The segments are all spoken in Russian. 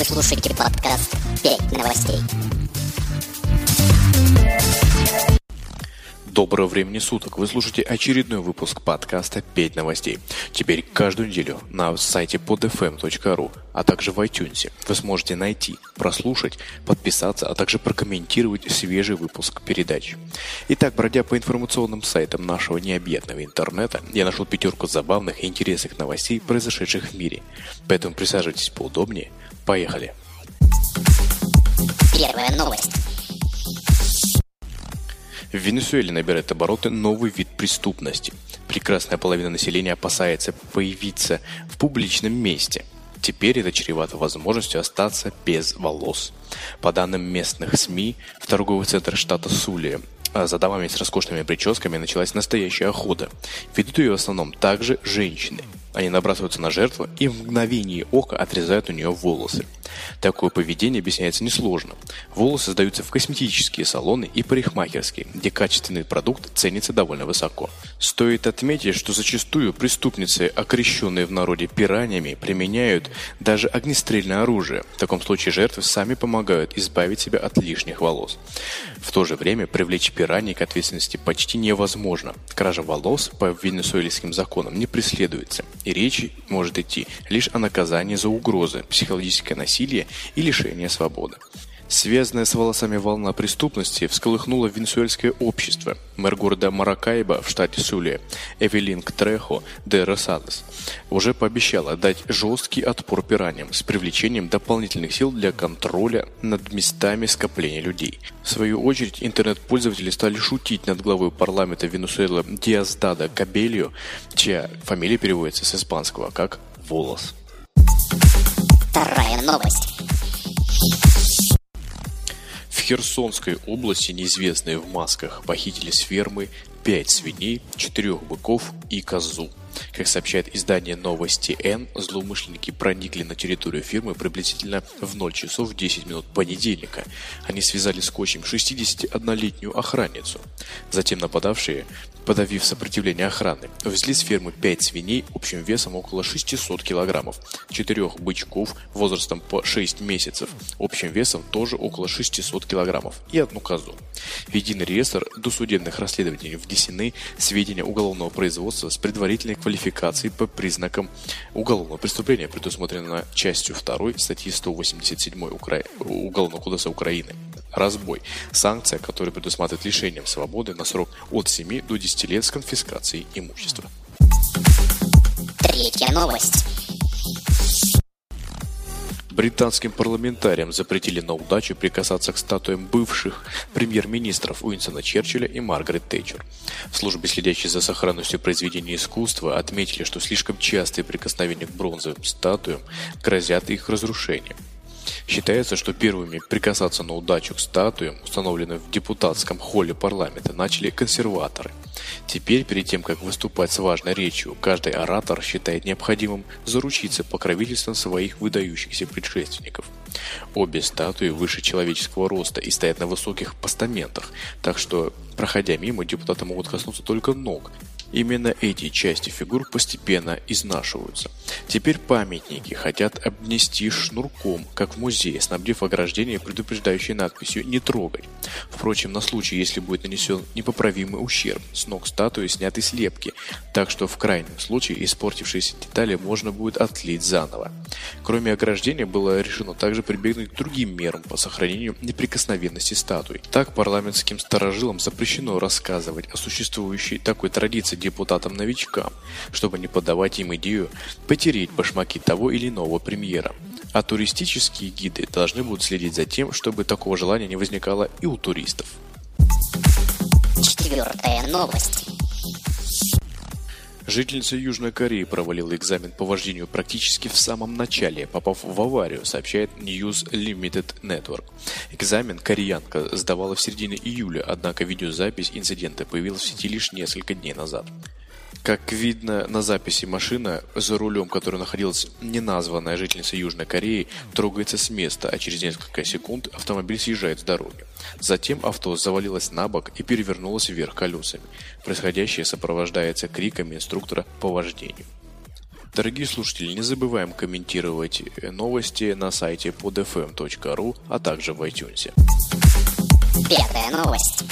Вы слушаете подкаст «5 новостей». Доброго времени суток. Вы слушаете очередной выпуск подкаста «5 новостей». Теперь каждую неделю на сайте podfm.ru, а также в iTunes вы сможете найти, прослушать, подписаться, а также прокомментировать свежий выпуск передач. Итак, бродя по информационным сайтам нашего необъятного интернета, я нашел 5 забавных и интересных новостей, произошедших в мире. Поэтому присаживайтесь поудобнее. Поехали! Первая новость. В Венесуэле набирает обороты новый вид преступности. Прекрасная половина населения опасается появиться в публичном месте. Теперь это чревато возможностью остаться без волос. По данным местных СМИ, в торговый центр штата Сулия за дамами с роскошными прическами началась настоящая охота. Ведут ее в основном также женщины. Они набрасываются на жертву и в мгновение ока отрезают у нее волосы. Такое поведение объясняется несложно. Волосы сдаются в косметические салоны и парикмахерские, где качественный продукт ценится довольно высоко. Стоит отметить, что зачастую преступницы, окрещенные в народе пираньями, применяют даже огнестрельное оружие. В таком случае жертвы сами помогают избавить себя от лишних волос. В то же время привлечь пираний к ответственности почти невозможно. Кража волос по венесуэльским законам не преследуется. И речь может идти лишь о наказании за угрозы, психологическое насилие и лишение свободы. Связанная с волосами волна преступности всколыхнула венесуэльское общество. Мэр города Маракайбо в штате Сулия Эвелин Трехо де Росадос уже пообещала дать жесткий отпор пираньям с привлечением дополнительных сил для контроля над местами скопления людей. В свою очередь, интернет-пользователи стали шутить над главой парламента Венесуэлы Диосдадо Кабельо, чья фамилия переводится с испанского как «волос». Вторая новость. В Херсонской области неизвестные в масках похитили с фермы 5 свиней, 4 быков и козу. Как сообщает издание «Новости Н», злоумышленники проникли на территорию фирмы приблизительно в 0 часов 10 минут понедельника. Они связали скотчем 61-летнюю охранницу. Затем нападавшие, подавив сопротивление охраны, увезли с фермы 5 свиней общим весом около 600 килограммов, 4 бычков возрастом по 6 месяцев, общим весом тоже около 600 килограммов и 1 козу. В единый реестр досудебных расследований внесены сведения уголовного производства с предварительной квалификацией по признакам уголовного преступления, предусмотренного частью 2 статьи 187 Уголовного кодекса Украины. Разбой. Санкция, которая предусматривает лишением свободы на срок от 7 до 10 лет с конфискацией имущества. Третья новость. Британским парламентариям запретили на удачу прикасаться к статуям бывших премьер-министров Уинстона Черчилля и Маргарет Тэтчер. В службе, следящей за сохранностью произведений искусства, отметили, что слишком частые прикосновения к бронзовым статуям грозят их разрушением. Считается, что первыми прикасаться на удачу к статуям, установленным в депутатском холле парламента, начали консерваторы. Теперь, перед тем, как выступать с важной речью, каждый оратор считает необходимым заручиться покровительством своих выдающихся предшественников. Обе статуи выше человеческого роста и стоят на высоких постаментах, так что, проходя мимо, депутаты могут коснуться только ног. Именно эти части фигур постепенно изнашиваются. Теперь памятники хотят обнести шнурком, как в музее, снабдив ограждение предупреждающей надписью «Не трогать». Впрочем, на случай, если будет нанесен непоправимый ущерб, с ног статуи сняты слепки, так что в крайнем случае испортившиеся детали можно будет отклеить заново. Кроме ограждения, было решено также прибегнуть к другим мерам по сохранению неприкосновенности статуй. Так, парламентским старожилам запрещено рассказывать о существующей такой традиции депутатам-новичкам, чтобы не подавать им идею потереть башмаки того или иного премьера. А туристические гиды должны будут следить за тем, чтобы такого желания не возникало и у туристов. Четвертая новость. Жительница Южной Кореи провалила экзамен по вождению практически в самом начале, попав в аварию, сообщает News Limited Network. Экзамен кореянка сдавала в середине июля, однако видеозапись инцидента появилась в сети лишь несколько дней назад. Как видно на записи, машина, за рулем которой находилась неназванная жительница Южной Кореи, трогается с места, а через несколько секунд автомобиль съезжает с дороги. Затем авто завалилось на бок и перевернулось вверх колесами. Происходящее сопровождается криками инструктора по вождению. Дорогие слушатели, не забываем комментировать новости на сайте podfm.ru, а также в iTunes. Пятая новость.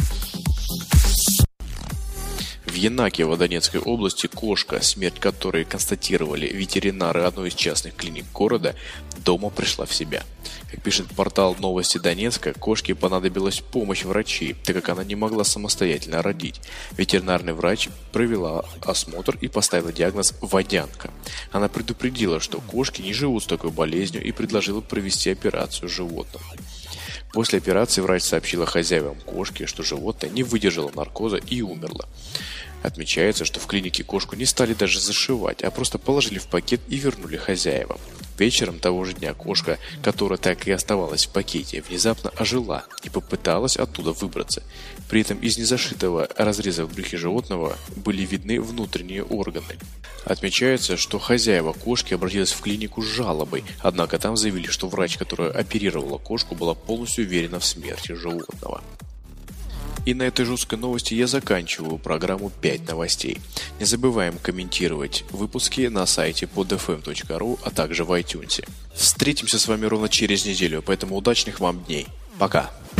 В Янакиево Донецкой области кошка, смерть которой констатировали ветеринары одной из частных клиник города, дома пришла в себя. Как пишет портал «Новости Донецка», кошке понадобилась помощь врачей, так как она не могла самостоятельно родить. Ветеринарный врач провела осмотр и поставила диагноз «водянка». Она предупредила, что кошки не живут с такой болезнью, и предложила провести операцию животному. После операции врач сообщила хозяевам кошки, что животное не выдержало наркоза и умерло. Отмечается, что в клинике кошку не стали даже зашивать, а просто положили в пакет и вернули хозяевам. Вечером того же дня кошка, которая так и оставалась в пакете, внезапно ожила и попыталась оттуда выбраться. При этом из незашитого разреза в брюхе животного были видны внутренние органы. Отмечается, что хозяева кошки обратились в клинику с жалобой, однако там заявили, что врач, которая оперировала кошку, была полностью уверена в смерти животного. И на этой жуткой новости я заканчиваю программу 5 новостей. Не забываем комментировать выпуски на сайте podfm.ru, а также в iTunes. Встретимся с вами ровно через неделю, поэтому удачных вам дней. Пока!